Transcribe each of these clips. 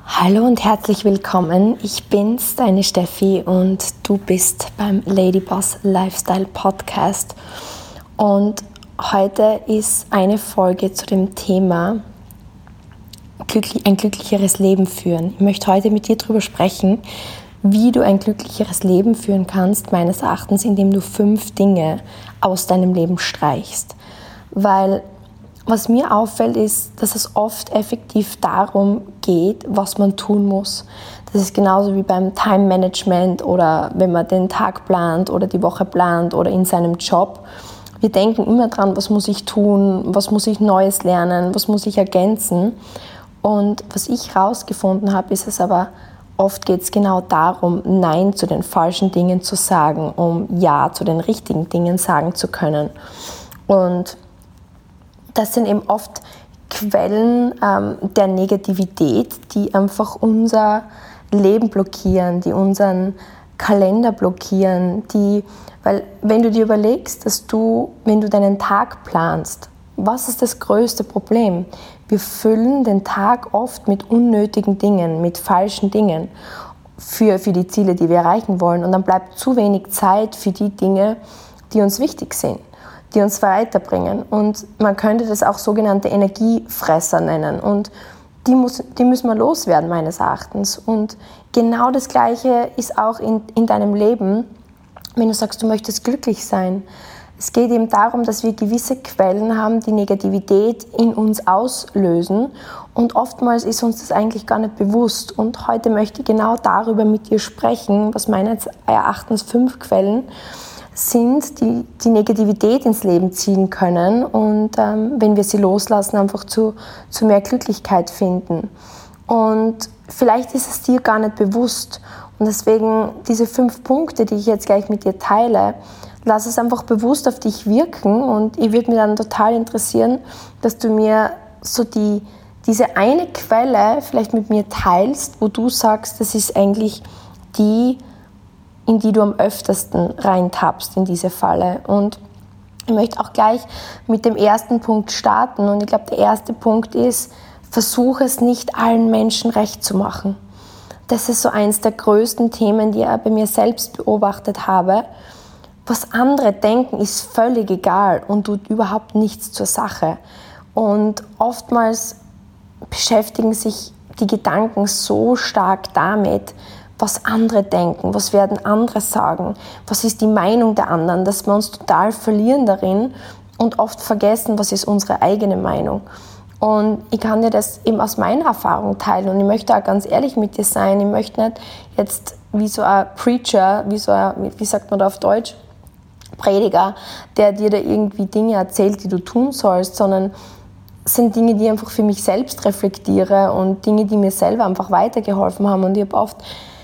Hallo und herzlich willkommen. Ich bin's, deine Steffi, und du bist beim Ladyboss Lifestyle Podcast. Und heute ist eine Folge zu dem Thema ein glücklicheres Leben führen. Ich möchte heute mit dir darüber sprechen, wie du ein glücklicheres Leben führen kannst, meines Erachtens, indem du 5 Dinge aus deinem Leben streichst. Weil was mir auffällt, ist, dass es oft effektiv darum geht, was man tun muss. Das ist genauso wie beim Time Management oder wenn man den Tag plant oder die Woche plant oder in seinem Job. Wir denken immer dran, was muss ich tun, was muss ich Neues lernen, was muss ich ergänzen. Und was ich herausgefunden habe, ist es aber, oft geht es genau darum, Nein zu den falschen Dingen zu sagen, um Ja zu den richtigen Dingen sagen zu können. Und das sind eben oft Quellen der Negativität, die einfach unser Leben blockieren, die unseren Kalender blockieren, weil wenn du dir überlegst, dass wenn du deinen Tag planst, was ist das größte Problem? Wir füllen den Tag oft mit unnötigen Dingen, mit falschen Dingen für die Ziele, die wir erreichen wollen. Und dann bleibt zu wenig Zeit für die Dinge, die uns wichtig sind, die uns weiterbringen. Und man könnte das auch sogenannte Energiefresser nennen. Und die müssen wir loswerden, meines Erachtens. Und genau das Gleiche ist auch in deinem Leben, wenn du sagst, du möchtest glücklich sein. Es geht eben darum, dass wir gewisse Quellen haben, die Negativität in uns auslösen. Und oftmals ist uns das eigentlich gar nicht bewusst. Und heute möchte ich genau darüber mit dir sprechen, was meines Erachtens 5 Quellen sind, die Negativität ins Leben ziehen können und wenn wir sie loslassen, einfach zu mehr Glücklichkeit finden. Und vielleicht ist es dir gar nicht bewusst. Und deswegen diese 5 Punkte, die ich jetzt gleich mit dir teile, lass es einfach bewusst auf dich wirken. Und ich würde mich dann total interessieren, dass du mir so diese eine Quelle vielleicht mit mir teilst, wo du sagst, das ist eigentlich die, in die du am öftesten reintappst in diese Falle. Und ich möchte auch gleich mit dem ersten Punkt starten. Und ich glaube, der erste Punkt ist, versuche es nicht allen Menschen recht zu machen. Das ist so eins der größten Themen, die ich bei mir selbst beobachtet habe. Was andere denken, ist völlig egal und tut überhaupt nichts zur Sache. Und oftmals beschäftigen sich die Gedanken so stark damit, was andere denken, was werden andere sagen, was ist die Meinung der anderen, dass wir uns total verlieren darin und oft vergessen, was ist unsere eigene Meinung. Und ich kann dir das eben aus meiner Erfahrung teilen und ich möchte auch ganz ehrlich mit dir sein. Ich möchte nicht jetzt wie so ein Preacher, wie sagt man da auf Deutsch, Prediger, der dir da irgendwie Dinge erzählt, die du tun sollst, sondern es sind Dinge, die ich einfach für mich selbst reflektiere und Dinge, die mir selber einfach weitergeholfen haben. Und ich habe oft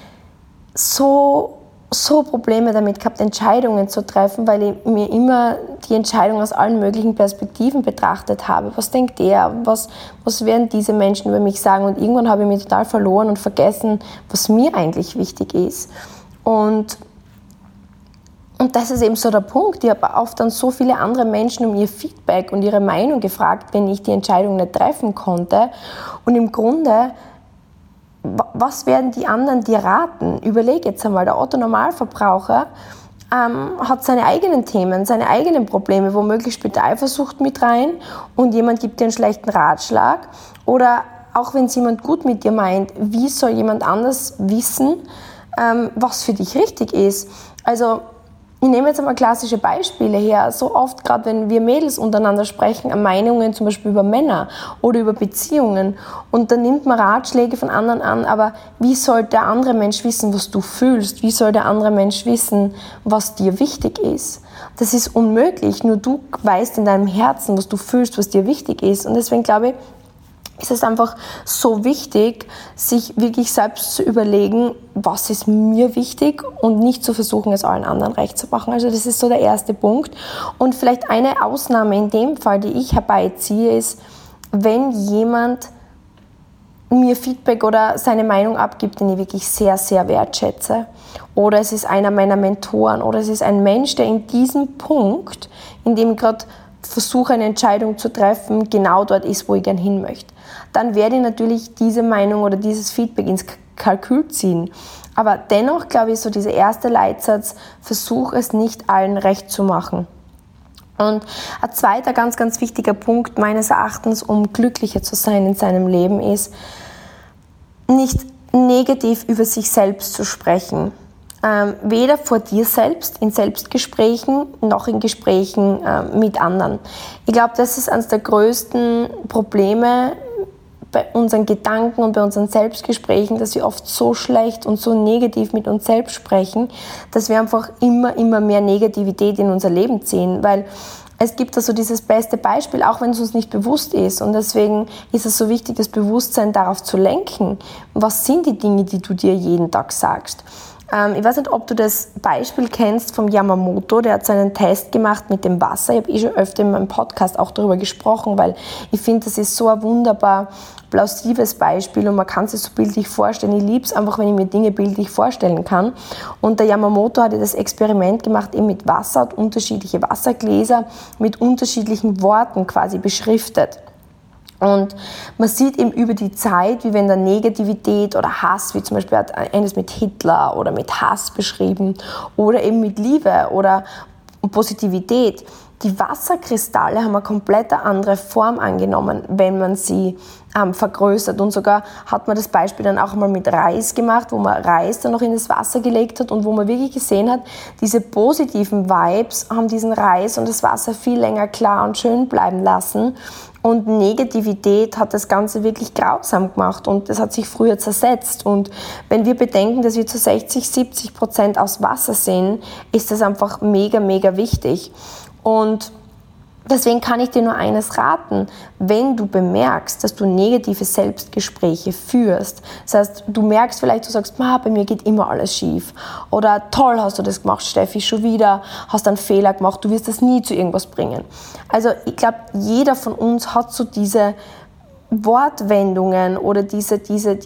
so Probleme damit gehabt, Entscheidungen zu treffen, weil ich mir immer die Entscheidung aus allen möglichen Perspektiven betrachtet habe. Was denkt der? Was werden diese Menschen über mich sagen? Und irgendwann habe ich mich total verloren und vergessen, was mir eigentlich wichtig ist. Und das ist eben so der Punkt. Ich habe oft dann so viele andere Menschen um ihr Feedback und ihre Meinung gefragt, wenn ich die Entscheidung nicht treffen konnte. Und im Grunde, was werden die anderen dir raten? Überleg jetzt einmal, der Otto-Normalverbraucher hat seine eigenen Themen, seine eigenen Probleme, womöglich spielt Eifersucht mit rein und jemand gibt dir einen schlechten Ratschlag. Oder auch wenn es jemand gut mit dir meint, wie soll jemand anders wissen, was für dich richtig ist? Also ich nehme jetzt einmal klassische Beispiele her. So oft, gerade wenn wir Mädels untereinander sprechen, an Meinungen zum Beispiel über Männer oder über Beziehungen. Und dann nimmt man Ratschläge von anderen an, aber wie soll der andere Mensch wissen, was du fühlst? Wie soll der andere Mensch wissen, was dir wichtig ist? Das ist unmöglich. Nur du weißt in deinem Herzen, was du fühlst, was dir wichtig ist. Und deswegen glaube ich, ist es einfach so wichtig, sich wirklich selbst zu überlegen, was ist mir wichtig und nicht zu versuchen, es allen anderen recht zu machen. Also das ist so der erste Punkt. Und vielleicht eine Ausnahme in dem Fall, die ich herbeiziehe, ist, wenn jemand mir Feedback oder seine Meinung abgibt, den ich wirklich sehr, sehr wertschätze. Oder es ist einer meiner Mentoren oder es ist ein Mensch, der in diesem Punkt, in dem ich gerade versuche eine Entscheidung zu treffen, genau dort ist, wo ich gern hin möchte. Dann werde ich natürlich diese Meinung oder dieses Feedback ins Kalkül ziehen. Aber dennoch glaube ich, so dieser erste Leitsatz, versuch es nicht allen recht zu machen. Und ein zweiter ganz, ganz wichtiger Punkt meines Erachtens, um glücklicher zu sein in seinem Leben, ist, nicht negativ über sich selbst zu sprechen. Weder vor dir selbst in Selbstgesprächen noch in Gesprächen mit anderen. Ich glaube, das ist eines der größten Probleme bei unseren Gedanken und bei unseren Selbstgesprächen, dass wir oft so schlecht und so negativ mit uns selbst sprechen, dass wir einfach immer mehr Negativität in unser Leben ziehen, weil es gibt also dieses beste Beispiel, auch wenn es uns nicht bewusst ist, und deswegen ist es so wichtig, das Bewusstsein darauf zu lenken. Was sind die Dinge, die du dir jeden Tag sagst? Ich weiß nicht, ob du das Beispiel kennst vom Yamamoto, der hat so einen Test gemacht mit dem Wasser. Ich habe schon öfter in meinem Podcast auch darüber gesprochen, weil ich finde, das ist so ein wunderbar plausibles Beispiel und man kann sich so bildlich vorstellen. Ich liebe es einfach, wenn ich mir Dinge bildlich vorstellen kann. Und der Yamamoto hat das Experiment gemacht eben mit Wasser, hat unterschiedliche Wassergläser mit unterschiedlichen Worten quasi beschriftet. Und man sieht eben über die Zeit, wie wenn da Negativität oder Hass, wie zum Beispiel hat eines mit Hitler oder mit Hass beschrieben oder eben mit Liebe oder Positivität. Die Wasserkristalle haben eine komplett andere Form angenommen, wenn man sie vergrößert. Und sogar hat man das Beispiel dann auch mal mit Reis gemacht, wo man Reis dann noch in das Wasser gelegt hat und wo man wirklich gesehen hat, diese positiven Vibes haben diesen Reis und das Wasser viel länger klar und schön bleiben lassen. Und Negativität hat das Ganze wirklich grausam gemacht und das hat sich früher zersetzt. Und wenn wir bedenken, dass wir zu 60-70% aus Wasser sind, ist das einfach mega wichtig. Und deswegen kann ich dir nur eines raten: Wenn du bemerkst, dass du negative Selbstgespräche führst, das heißt, du merkst vielleicht, du sagst, bei mir geht immer alles schief, oder toll hast du das gemacht, Steffi, schon wieder, hast einen Fehler gemacht, du wirst das nie zu irgendwas bringen. Also ich glaube, jeder von uns hat so diese Wortwendungen oder diese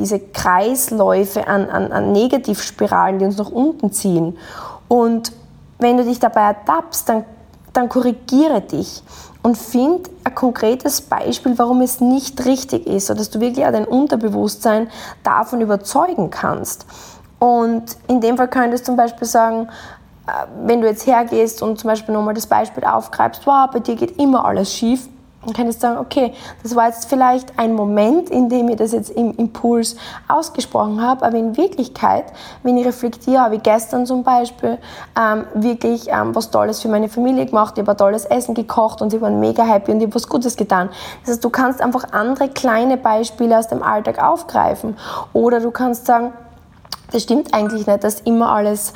Kreisläufe an Negativspiralen, die uns nach unten ziehen. Und wenn du dich dabei ertappst, dann korrigiere dich und find ein konkretes Beispiel, warum es nicht richtig ist, sodass du wirklich auch dein Unterbewusstsein davon überzeugen kannst. Und in dem Fall könntest du zum Beispiel sagen, wenn du jetzt hergehst und zum Beispiel nochmal das Beispiel aufgreifst, wow, bei dir geht immer alles schief, dann könntest du sagen, okay, das war jetzt vielleicht ein Moment, in dem ich das jetzt im Impuls ausgesprochen habe, aber in Wirklichkeit, wenn ich reflektiere, habe ich gestern zum Beispiel wirklich was Tolles für meine Familie gemacht, ich habe ein tolles Essen gekocht und sie waren mega happy und ich habe was Gutes getan. Das heißt, du kannst einfach andere kleine Beispiele aus dem Alltag aufgreifen oder du kannst sagen, das stimmt eigentlich nicht, dass immer alles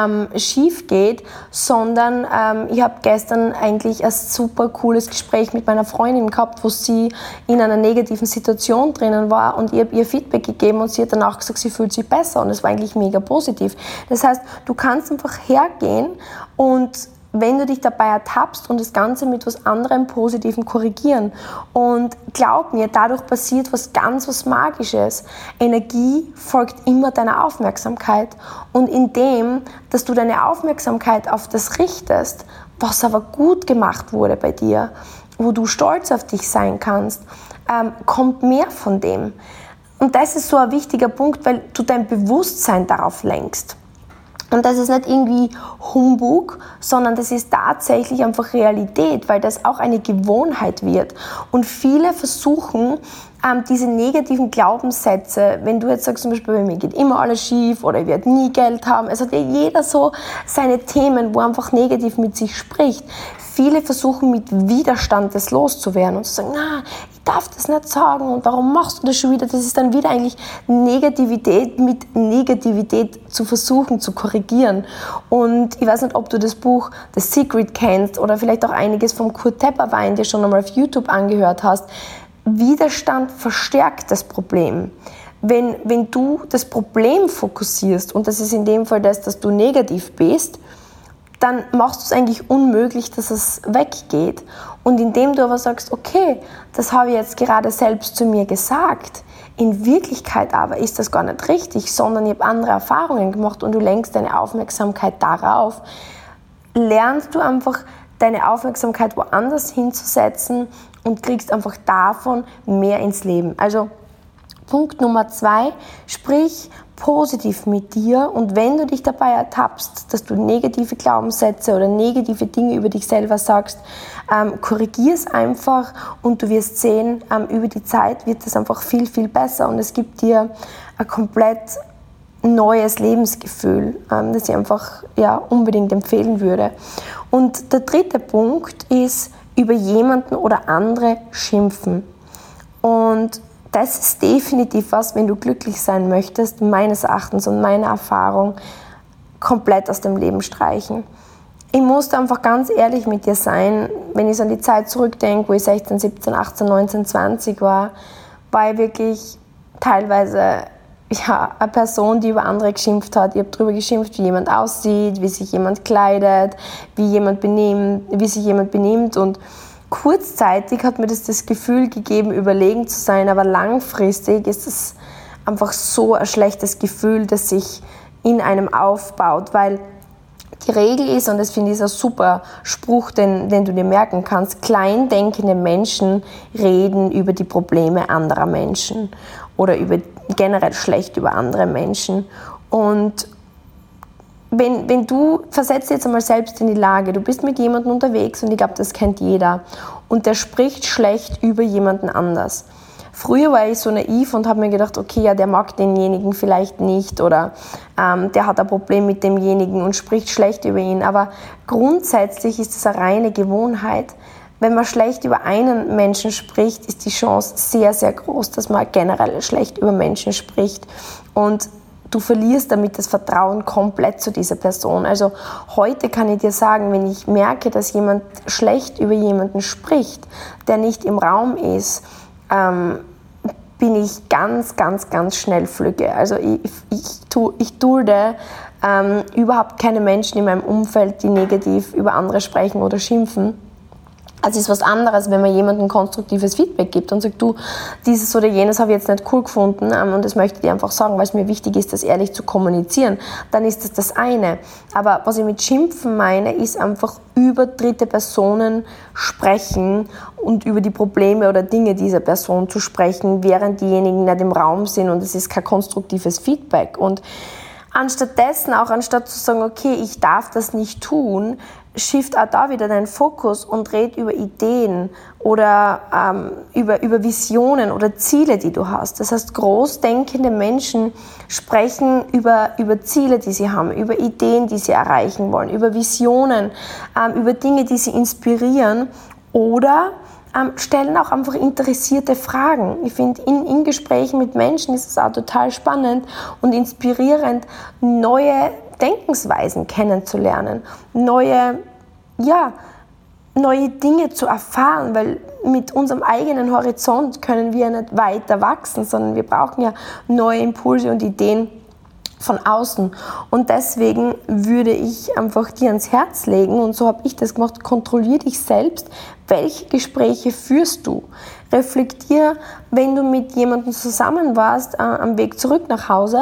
schief geht, sondern ich habe gestern eigentlich ein super cooles Gespräch mit meiner Freundin gehabt, wo sie in einer negativen Situation drinnen war und ich habe ihr Feedback gegeben und sie hat danach gesagt, sie fühlt sich besser und es war eigentlich mega positiv. Das heißt, du kannst einfach hergehen und wenn du dich dabei ertappst und das Ganze mit was anderem Positivem korrigieren. Und glaub mir, dadurch passiert was Magisches. Energie folgt immer deiner Aufmerksamkeit. Und indem, dass du deine Aufmerksamkeit auf das richtest, was aber gut gemacht wurde bei dir, wo du stolz auf dich sein kannst, kommt mehr von dem. Und das ist so ein wichtiger Punkt, weil du dein Bewusstsein darauf lenkst. Und das ist nicht irgendwie Humbug, sondern das ist tatsächlich einfach Realität, weil das auch eine Gewohnheit wird. Und viele versuchen, diese negativen Glaubenssätze, wenn du jetzt sagst, zum Beispiel, bei mir geht immer alles schief oder ich werde nie Geld haben, es hat ja jeder so seine Themen, wo er einfach negativ mit sich spricht. Viele versuchen mit Widerstand das loszuwerden und zu sagen, ich darf das nicht sagen und warum machst du das schon wieder? Das ist dann wieder eigentlich Negativität mit Negativität zu versuchen zu korrigieren. Und ich weiß nicht, ob du das Buch The Secret kennst oder vielleicht auch einiges vom Kurt Tepperwein, der schon einmal auf YouTube angehört hast. Widerstand verstärkt das Problem. Wenn du das Problem fokussierst, und das ist in dem Fall das, dass du negativ bist, dann machst du es eigentlich unmöglich, dass es weggeht. Und indem du aber sagst, okay, das habe ich jetzt gerade selbst zu mir gesagt, in Wirklichkeit aber ist das gar nicht richtig, sondern ich habe andere Erfahrungen gemacht und du lenkst deine Aufmerksamkeit darauf, lernst du einfach deine Aufmerksamkeit woanders hinzusetzen und kriegst einfach davon mehr ins Leben. Also Punkt Nummer 2, sprich positiv mit dir, und wenn du dich dabei ertappst, dass du negative Glaubenssätze oder negative Dinge über dich selber sagst, korrigier es einfach und du wirst sehen, über die Zeit wird es einfach viel, viel besser und es gibt dir ein komplett neues Lebensgefühl, das ich einfach unbedingt empfehlen würde. Und der dritte Punkt ist, über jemanden oder andere schimpfen. Und das ist definitiv was, wenn du glücklich sein möchtest, meines Erachtens und meiner Erfahrung, komplett aus dem Leben streichen. Ich musste einfach ganz ehrlich mit dir sein, wenn ich so an die Zeit zurückdenke, wo ich 16, 17, 18, 19, 20 war ich wirklich teilweise eine Person, die über andere geschimpft hat. Ich habe darüber geschimpft, wie jemand aussieht, wie sich jemand kleidet, wie sich jemand benimmt, und kurzzeitig hat mir das Gefühl gegeben, überlegen zu sein, aber langfristig ist es einfach so ein schlechtes Gefühl, das sich in einem aufbaut, weil die Regel ist, und das finde ich ein super Spruch, den du dir merken kannst, kleindenkende Menschen reden über die Probleme anderer Menschen oder generell schlecht über andere Menschen. Und wenn du, versetzt jetzt einmal selbst in die Lage, du bist mit jemandem unterwegs und ich glaube, das kennt jeder und der spricht schlecht über jemanden anders. Früher war ich so naiv und habe mir gedacht, okay, ja, der mag denjenigen vielleicht nicht oder der hat ein Problem mit demjenigen und spricht schlecht über ihn. Aber grundsätzlich ist es eine reine Gewohnheit. Wenn man schlecht über einen Menschen spricht, ist die Chance sehr, sehr groß, dass man generell schlecht über Menschen spricht. Und du verlierst damit das Vertrauen komplett zu dieser Person. Also heute kann ich dir sagen, wenn ich merke, dass jemand schlecht über jemanden spricht, der nicht im Raum ist, bin ich ganz, ganz, ganz schnell flügge. Also ich dulde überhaupt keine Menschen in meinem Umfeld, die negativ über andere sprechen oder schimpfen. Also es ist was anderes, wenn man jemandem konstruktives Feedback gibt und sagt, du, dieses oder jenes habe ich jetzt nicht cool gefunden und das möchte ich dir einfach sagen, weil es mir wichtig ist, das ehrlich zu kommunizieren, dann ist das das eine. Aber was ich mit Schimpfen meine, ist einfach über dritte Personen sprechen und über die Probleme oder Dinge dieser Person zu sprechen, während diejenigen nicht im Raum sind und es ist kein konstruktives Feedback. Und anstatt zu sagen, okay, ich darf das nicht tun, shift auch da wieder deinen Fokus und red über Ideen oder über Visionen oder Ziele, die du hast. Das heißt, großdenkende Menschen sprechen über Ziele, die sie haben, über Ideen, die sie erreichen wollen, über Visionen, über Dinge, die sie inspirieren oder stellen auch einfach interessierte Fragen. Ich finde, in Gesprächen mit Menschen ist es auch total spannend und inspirierend, neue Denkensweisen kennenzulernen, neue Dinge zu erfahren, weil mit unserem eigenen Horizont können wir nicht weiter wachsen, sondern wir brauchen ja neue Impulse und Ideen von außen. Und deswegen würde ich einfach dir ans Herz legen, und so habe ich das gemacht, kontrolliere dich selbst, welche Gespräche führst du. Reflektier, wenn du mit jemandem zusammen warst, am Weg zurück nach Hause,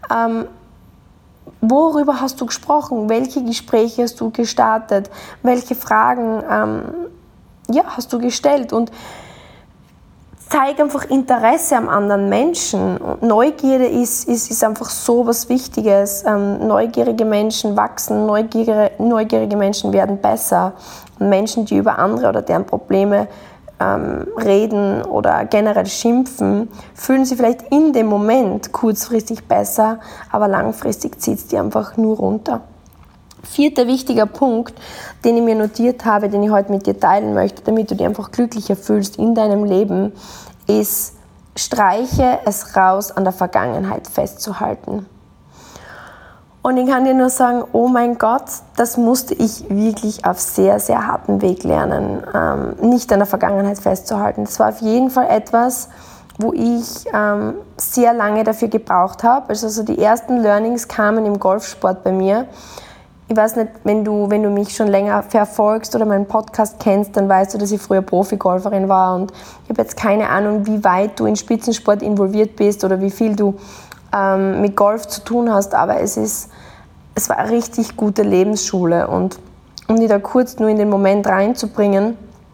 worüber hast du gesprochen? Welche Gespräche hast du gestartet? Welche Fragen hast du gestellt? Und zeig einfach Interesse am anderen Menschen. Und Neugierde ist einfach so was Wichtiges. Neugierige Menschen wachsen, neugierige Menschen werden besser. Und Menschen, die über andere oder deren Probleme reden oder generell schimpfen, fühlen sich vielleicht in dem Moment kurzfristig besser, aber langfristig zieht es die einfach nur runter. 4. wichtiger Punkt, den ich mir notiert habe, den ich heute mit dir teilen möchte, damit du dich einfach glücklicher fühlst in deinem Leben, ist, streiche es raus, an der Vergangenheit festzuhalten. Und ich kann dir nur sagen, oh mein Gott, das musste ich wirklich auf sehr, sehr harten Weg lernen, nicht an der Vergangenheit festzuhalten. Das war auf jeden Fall etwas, wo ich sehr lange dafür gebraucht habe. Also so die ersten Learnings kamen im Golfsport bei mir. Ich weiß nicht, wenn du mich schon länger verfolgst oder meinen Podcast kennst, dann weißt du, dass ich früher Profigolferin war und ich habe jetzt keine Ahnung, wie weit du in Spitzensport involviert bist oder wie viel du mit Golf zu tun hast, aber es war eine richtig gute Lebensschule und um dich da kurz nur in den Moment reinzubringen,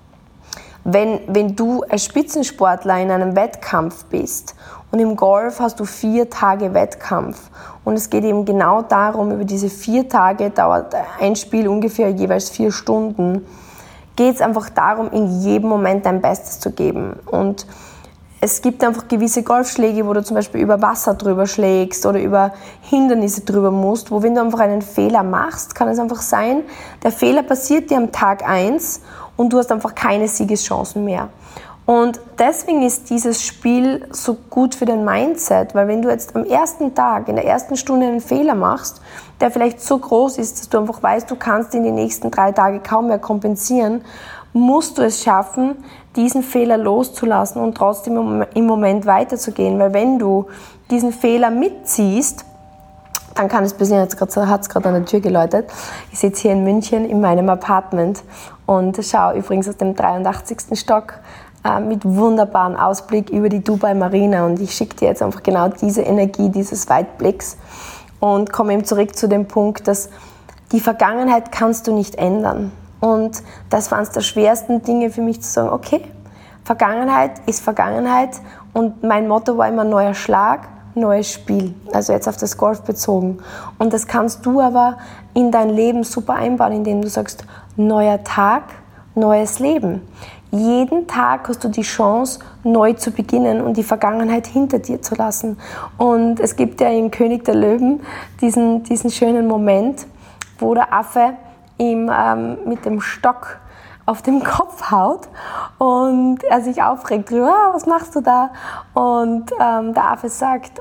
wenn du als Spitzensportler in einem Wettkampf bist und im Golf hast du 4 Tage Wettkampf und es geht eben genau darum, über diese 4 Tage dauert ein Spiel ungefähr jeweils 4 Stunden, geht es einfach darum, in jedem Moment dein Bestes zu geben. Und es gibt einfach gewisse Golfschläge, wo du zum Beispiel über Wasser drüber schlägst oder über Hindernisse drüber musst, wo wenn du einfach einen Fehler machst, kann es einfach sein, der Fehler passiert dir am Tag 1 und du hast einfach keine Siegeschancen mehr. Und deswegen ist dieses Spiel so gut für dein Mindset, weil wenn du jetzt am ersten Tag, in der ersten Stunde einen Fehler machst, der vielleicht so groß ist, dass du einfach weißt, du kannst ihn die nächsten 3 Tage kaum mehr kompensieren, musst du es schaffen, diesen Fehler loszulassen und trotzdem im Moment weiterzugehen. Weil wenn du diesen Fehler mitziehst, dann kann es passieren, hat es gerade an der Tür geläutet. Ich sitze hier in München in meinem Apartment und schaue übrigens aus dem 83. Stock mit wunderbaren Ausblick über die Dubai Marina. Und ich schicke dir jetzt einfach genau diese Energie, dieses Weitblicks und komme eben zurück zu dem Punkt, dass die Vergangenheit kannst du nicht ändern. Und das war eines der schwersten Dinge für mich zu sagen, okay, Vergangenheit ist Vergangenheit und mein Motto war immer neuer Schlag, neues Spiel, also jetzt auf das Golf bezogen. Und das kannst du aber in dein Leben super einbauen, indem du sagst, neuer Tag, neues Leben. Jeden Tag hast du die Chance, neu zu beginnen und die Vergangenheit hinter dir zu lassen. Und es gibt ja in König der Löwen diesen schönen Moment, wo der Affe ihm mit dem Stock auf den Kopf haut und er sich aufregt drüber, was machst du da? Und der Affe sagt,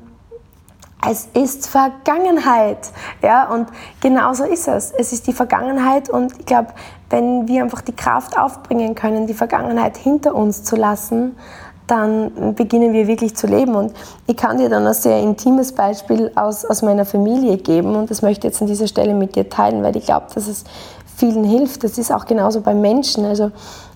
es ist Vergangenheit. Ja, und genau so ist es. Es ist die Vergangenheit und ich glaube, wenn wir einfach die Kraft aufbringen können, die Vergangenheit hinter uns zu lassen, dann beginnen wir wirklich zu leben. Und ich kann dir dann ein sehr intimes Beispiel aus meiner Familie geben und das möchte ich jetzt an dieser Stelle mit dir teilen, weil ich glaube, dass es vielen hilft. Das ist auch genauso bei Menschen. Also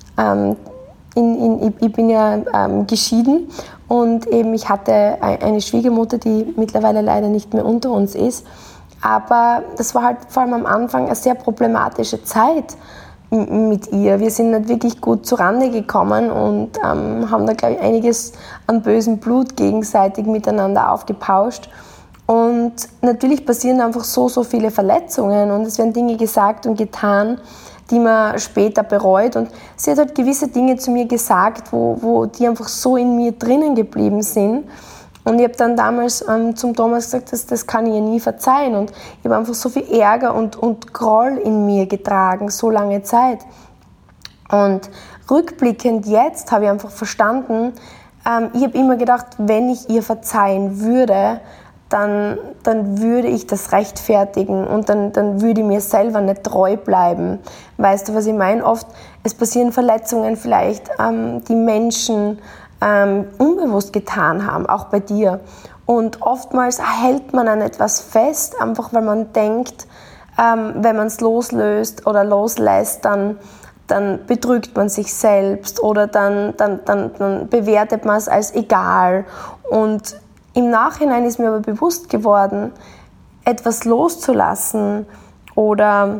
ich bin ja geschieden und eben ich hatte eine Schwiegermutter, die mittlerweile leider nicht mehr unter uns ist. Aber das war halt vor allem am Anfang eine sehr problematische Zeit mit ihr. Wir sind nicht wirklich gut zurande gekommen und haben da, glaube ich, einiges an bösem Blut gegenseitig miteinander aufgepauscht. Und natürlich passieren einfach so viele Verletzungen und es werden Dinge gesagt und getan, die man später bereut. Und sie hat halt gewisse Dinge zu mir gesagt, wo die einfach so in mir drinnen geblieben sind. Und ich habe dann damals zum Thomas gesagt, das kann ich ihr nie verzeihen. Und ich habe einfach so viel Ärger und Groll in mir getragen, so lange Zeit. Und rückblickend jetzt habe ich einfach verstanden, ich habe immer gedacht, wenn ich ihr verzeihen würde, dann würde ich das rechtfertigen und dann würde ich mir selber nicht treu bleiben. Weißt du, was ich meine? Oft, es passieren Verletzungen vielleicht, die Menschen unbewusst getan haben, auch bei dir. Und oftmals hält man an etwas fest, einfach weil man denkt, wenn man es loslöst oder loslässt, dann betrügt man sich selbst oder dann bewertet man es als egal. Und im Nachhinein ist mir aber bewusst geworden, etwas loszulassen oder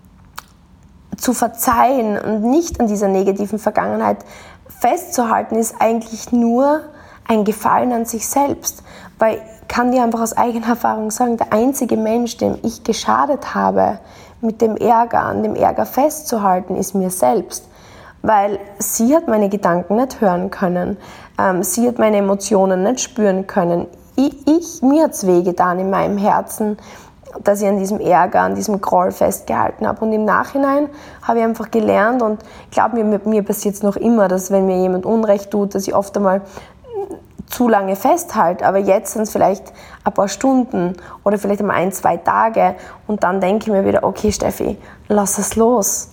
zu verzeihen und nicht an dieser negativen Vergangenheit festzuhalten, ist eigentlich nur ein Gefallen an sich selbst. Weil ich kann dir einfach aus eigener Erfahrung sagen, der einzige Mensch, dem ich geschadet habe, mit dem Ärger, an dem Ärger festzuhalten, ist mir selbst. Weil sie hat meine Gedanken nicht hören können, sie hat meine Emotionen nicht spüren können. Mir hat es wehgetan in meinem Herzen, dass ich an diesem Ärger, an diesem Groll festgehalten habe. Und im Nachhinein habe ich einfach gelernt und ich glaube, mir passiert es noch immer, dass wenn mir jemand Unrecht tut, dass ich oft einmal zu lange festhalte. Aber jetzt sind es vielleicht ein paar Stunden oder vielleicht einmal 1-2 Tage und dann denke ich mir wieder, okay Steffi, lass es los.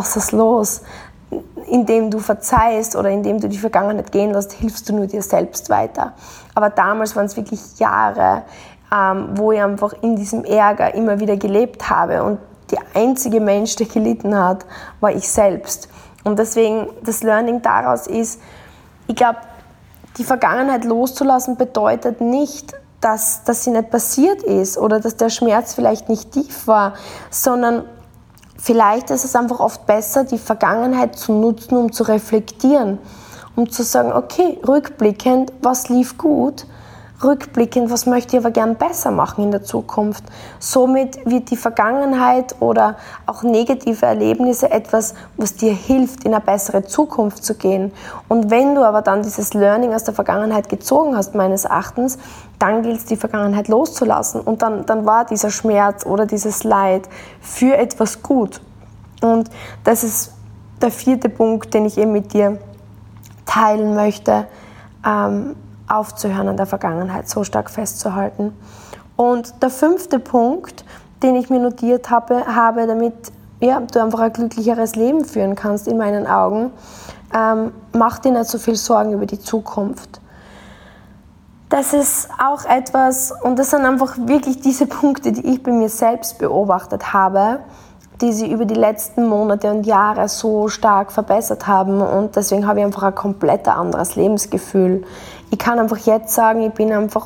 Indem du verzeihst oder indem du die Vergangenheit gehen lässt, hilfst du nur dir selbst weiter. Aber damals waren es wirklich Jahre, wo ich einfach in diesem Ärger immer wieder gelebt habe und der einzige Mensch, der gelitten hat, war ich selbst. Und deswegen, das Learning daraus ist, ich glaube, die Vergangenheit loszulassen bedeutet nicht, dass sie nicht passiert ist oder dass der Schmerz vielleicht nicht tief war, sondern Vielleicht ist es einfach oft besser, die Vergangenheit zu nutzen, um zu reflektieren, um zu sagen, okay, rückblickend, was lief gut, rückblickend, was möchte ich aber gern besser machen in der Zukunft. Somit wird die Vergangenheit oder auch negative Erlebnisse etwas, was dir hilft, in eine bessere Zukunft zu gehen. Und wenn du aber dann dieses Learning aus der Vergangenheit gezogen hast, meines Erachtens, dann gilt es, die Vergangenheit loszulassen. Und dann war dieser Schmerz oder dieses Leid für etwas gut. Und das ist der 4. Punkt, den ich eben mit dir teilen möchte, aufzuhören an der Vergangenheit so stark festzuhalten. Und der 5. Punkt, den ich mir notiert habe, damit du einfach ein glücklicheres Leben führen kannst, in meinen Augen, mach dir nicht so viel Sorgen über die Zukunft. Das ist auch etwas, und das sind einfach wirklich diese Punkte, die ich bei mir selbst beobachtet habe, die sich über die letzten Monate und Jahre so stark verbessert haben, und deswegen habe ich einfach ein komplett anderes Lebensgefühl. Ich kann einfach jetzt sagen, ich bin einfach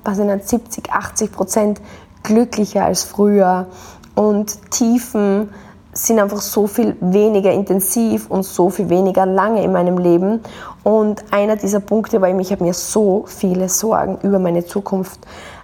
70-80% glücklicher als früher, und Tiefen sind einfach so viel weniger intensiv und so viel weniger lange in meinem Leben. Und einer dieser Punkte war eben, ich habe mir so viele Sorgen über meine Zukunft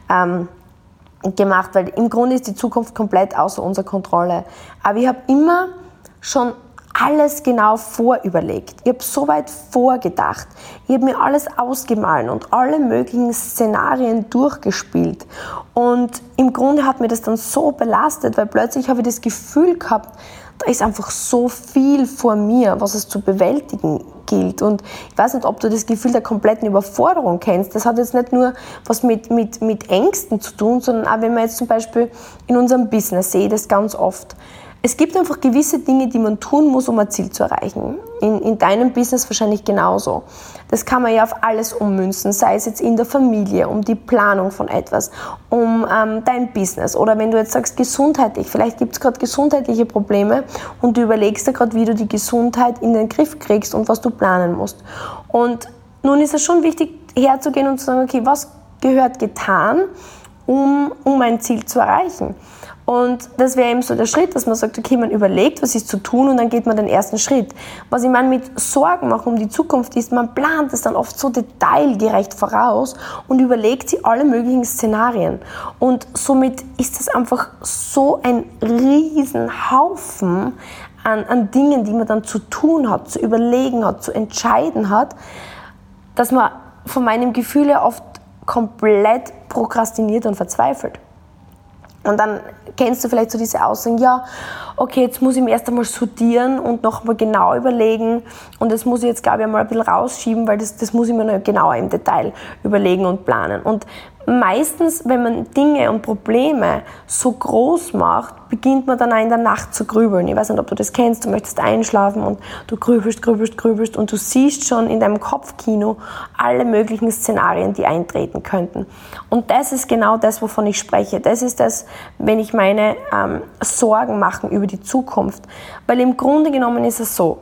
gemacht, weil im Grunde ist die Zukunft komplett außer unserer Kontrolle. Aber ich habe immer schon alles genau vorüberlegt. Ich habe so weit vorgedacht. Ich habe mir alles ausgemalt und alle möglichen Szenarien durchgespielt. Und im Grunde hat mir das dann so belastet, weil plötzlich habe ich das Gefühl gehabt, da ist einfach so viel vor mir, was es zu bewältigen gilt. Und ich weiß nicht, ob du das Gefühl der kompletten Überforderung kennst. Das hat jetzt nicht nur was mit Ängsten zu tun, sondern auch, wenn man jetzt zum Beispiel in unserem Business, sehe ich das ganz oft. Es gibt einfach gewisse Dinge, die man tun muss, um ein Ziel zu erreichen. In deinem Business wahrscheinlich genauso. Das kann man ja auf alles ummünzen, sei es jetzt in der Familie, um die Planung von etwas, um dein Business. Oder wenn du jetzt sagst, gesundheitlich, vielleicht gibt es gerade gesundheitliche Probleme und du überlegst dir gerade, wie du die Gesundheit in den Griff kriegst und was du planen musst. Und nun ist es schon wichtig, herzugehen und zu sagen, okay, was gehört getan, um mein Ziel zu erreichen? Und das wäre eben so der Schritt, dass man sagt, okay, man überlegt, was ist zu tun, und dann geht man den ersten Schritt. Was ich meine mit Sorgen machen um die Zukunft ist, man plant es dann oft so detailgerecht voraus und überlegt sich alle möglichen Szenarien. Und somit ist es einfach so ein Riesenhaufen an Dingen, die man dann zu tun hat, zu überlegen hat, zu entscheiden hat, dass man von meinem Gefühl her oft komplett prokrastiniert und verzweifelt. Und dann kennst du vielleicht so diese Aussagen, ja, okay, jetzt muss ich mir erst einmal sortieren und nochmal genau überlegen, und das muss ich jetzt, glaube ich, einmal ein bisschen rausschieben, weil das muss ich mir noch genauer im Detail überlegen und planen. Und meistens, wenn man Dinge und Probleme so groß macht, beginnt man dann auch in der Nacht zu grübeln. Ich weiß nicht, ob du das kennst, du möchtest einschlafen und du grübelst und du siehst schon in deinem Kopfkino alle möglichen Szenarien, die eintreten könnten. Und das ist genau das, wovon ich spreche. Das ist das, wenn ich meine Sorgen mache über die Zukunft. Weil im Grunde genommen ist es so,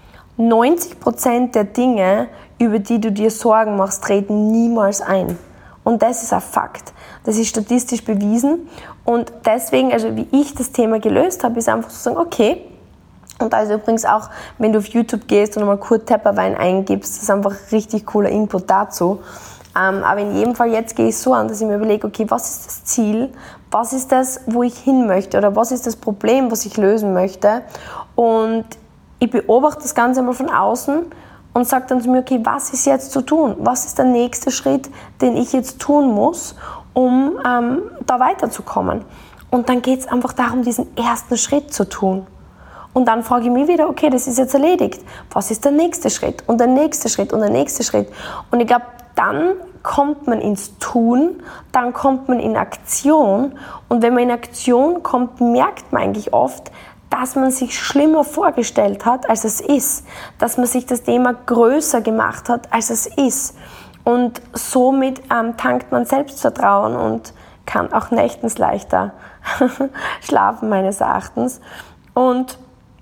90% der Dinge, über die du dir Sorgen machst, treten niemals ein. Und das ist ein Fakt. Das ist statistisch bewiesen. Und deswegen, also wie ich das Thema gelöst habe, ist einfach zu sagen, okay, und da ist übrigens auch, wenn du auf YouTube gehst und einmal Kurt Tepperwein eingibst, das ist einfach richtig cooler Input dazu. Aber in jedem Fall, jetzt gehe ich so an, dass ich mir überlege, okay, was ist das Ziel? Was ist das, wo ich hin möchte? Oder was ist das Problem, was ich lösen möchte? Und ich beobachte das Ganze mal von außen und sage dann zu mir, okay, was ist jetzt zu tun? Was ist der nächste Schritt, den ich jetzt tun muss, um da weiterzukommen? Und dann geht es einfach darum, diesen ersten Schritt zu tun. Und dann frage ich mich wieder, okay, das ist jetzt erledigt. Was ist der nächste Schritt? Und der nächste Schritt und der nächste Schritt. Und ich glaube, dann kommt man ins Tun, dann kommt man in Aktion. Und wenn man in Aktion kommt, merkt man eigentlich oft, dass man sich schlimmer vorgestellt hat, als es ist. Dass man sich das Thema größer gemacht hat, als es ist. Und somit tankt man Selbstvertrauen und kann auch nächtens leichter schlafen, meines Erachtens. Und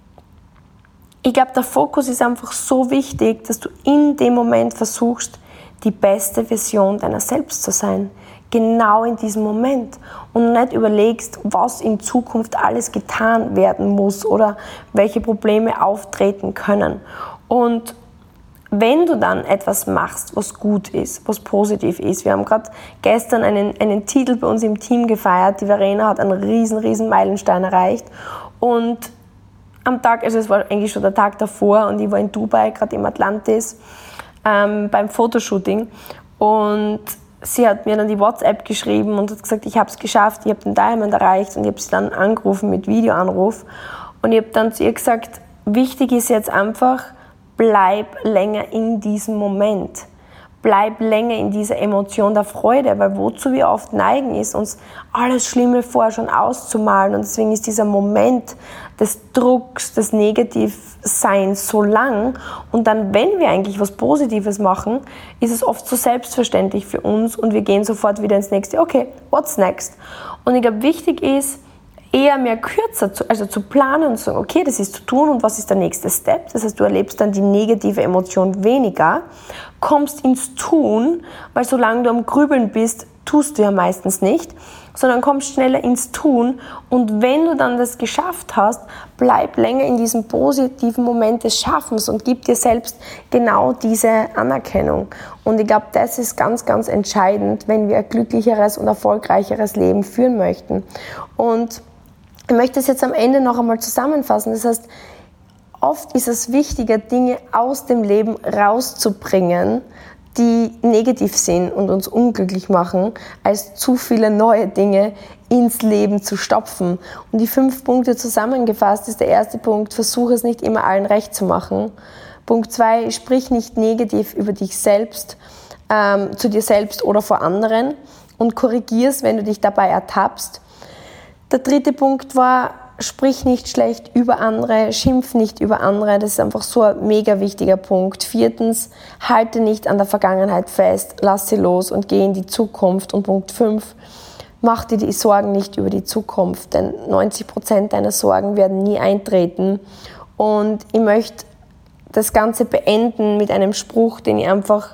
ich glaube, der Fokus ist einfach so wichtig, dass du in dem Moment versuchst, die beste Version deiner selbst zu sein. genau in diesem Moment und nicht überlegst, was in Zukunft alles getan werden muss oder welche Probleme auftreten können. Und wenn du dann etwas machst, was gut ist, was positiv ist, wir haben gerade gestern einen Titel bei uns im Team gefeiert, die Verena hat einen riesen Meilenstein erreicht und am Tag, also es war eigentlich schon der Tag davor und ich war in Dubai, gerade im Atlantis, beim Fotoshooting und sie hat mir dann die WhatsApp geschrieben und hat gesagt, ich habe es geschafft, ich habe den Diamond erreicht und ich habe sie dann angerufen mit Videoanruf und ich habe dann zu ihr gesagt, wichtig ist jetzt einfach, bleib länger in diesem Moment. Bleib länger in dieser Emotion der Freude, weil wozu wir oft neigen, ist uns alles Schlimme vorher schon auszumalen und deswegen ist dieser Moment des Drucks, des Negativseins so lang und dann, wenn wir eigentlich was Positives machen, ist es oft so selbstverständlich für uns und wir gehen sofort wieder ins nächste, okay, what's next? Und ich glaube, wichtig ist, eher mehr kürzer zu planen und zu sagen, okay, das ist zu tun und was ist der nächste Step? Das heißt, du erlebst dann die negative Emotion weniger, kommst ins Tun, weil solange du am Grübeln bist, tust du ja meistens nicht, sondern kommst schneller ins Tun und wenn du dann das geschafft hast, bleib länger in diesem positiven Moment des Schaffens und gib dir selbst genau diese Anerkennung. Und ich glaube, das ist ganz entscheidend, wenn wir ein glücklicheres und erfolgreicheres Leben führen möchten. Und ich möchte es jetzt am Ende noch einmal zusammenfassen. Das heißt, oft ist es wichtiger, Dinge aus dem Leben rauszubringen, die negativ sind und uns unglücklich machen, als zu viele neue Dinge ins Leben zu stopfen. Und die 5 Punkte zusammengefasst ist der erste Punkt, versuche es nicht immer allen recht zu machen. Punkt 2, sprich nicht negativ über dich selbst, zu dir selbst oder vor anderen und korrigier es, wenn du dich dabei ertappst. Der 3. Punkt war, sprich nicht schlecht über andere, schimpf nicht über andere, das ist einfach so ein mega wichtiger Punkt. 4, halte nicht an der Vergangenheit fest, lass sie los und geh in die Zukunft. Und Punkt 5, mach dir die Sorgen nicht über die Zukunft, denn 90% deiner Sorgen werden nie eintreten. Und ich möchte das Ganze beenden mit einem Spruch, den ich einfach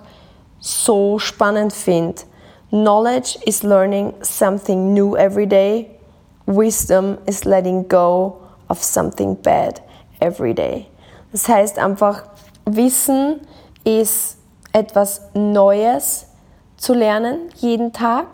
so spannend finde. Knowledge is learning something new every day. Wisdom is letting go of something bad every day. Das heißt einfach, Wissen ist etwas Neues zu lernen, jeden Tag.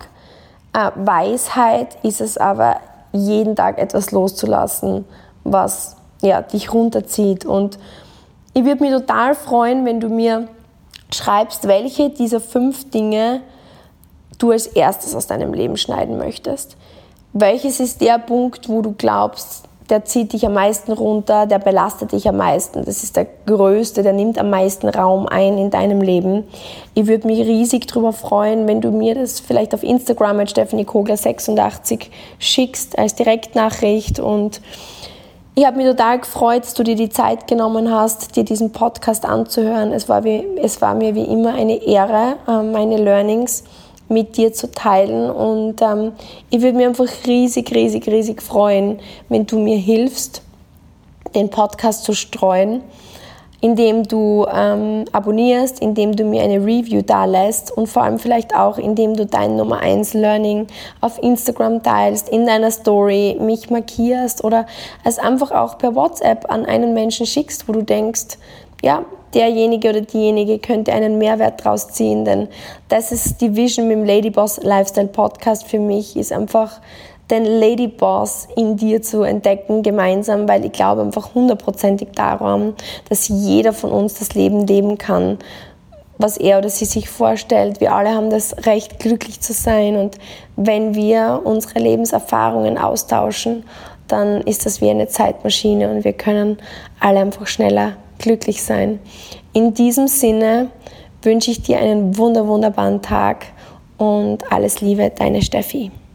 Weisheit ist es aber, jeden Tag etwas loszulassen, was dich runterzieht. Und ich würde mich total freuen, wenn du mir schreibst, welche dieser 5 Dinge du als erstes aus deinem Leben schneiden möchtest. Welches ist der Punkt, wo du glaubst, der zieht dich am meisten runter, der belastet dich am meisten, das ist der größte, der nimmt am meisten Raum ein in deinem Leben. Ich würde mich riesig darüber freuen, wenn du mir das vielleicht auf Instagram at stephaniekogler86 schickst als Direktnachricht und ich habe mich total gefreut, dass du dir die Zeit genommen hast, dir diesen Podcast anzuhören. Es war mir wie immer eine Ehre, meine Learnings mit dir zu teilen und ich würde mich einfach riesig freuen, wenn du mir hilfst, den Podcast zu streuen, indem du abonnierst, indem du mir eine Review dalässt und vor allem vielleicht auch, indem du dein Nummer 1 Learning auf Instagram teilst, in deiner Story mich markierst oder es einfach auch per WhatsApp an einen Menschen schickst, wo du denkst, ja, derjenige oder diejenige könnte einen Mehrwert draus ziehen, denn das ist die Vision mit dem Ladyboss Lifestyle Podcast für mich, ist einfach den Ladyboss in dir zu entdecken gemeinsam, weil ich glaube einfach 100%ig daran, dass jeder von uns das Leben leben kann, was er oder sie sich vorstellt. Wir alle haben das Recht, glücklich zu sein und wenn wir unsere Lebenserfahrungen austauschen, dann ist das wie eine Zeitmaschine und wir können alle einfach schneller glücklich sein. In diesem Sinne wünsche ich dir einen wunderbaren Tag und alles Liebe, deine Steffi.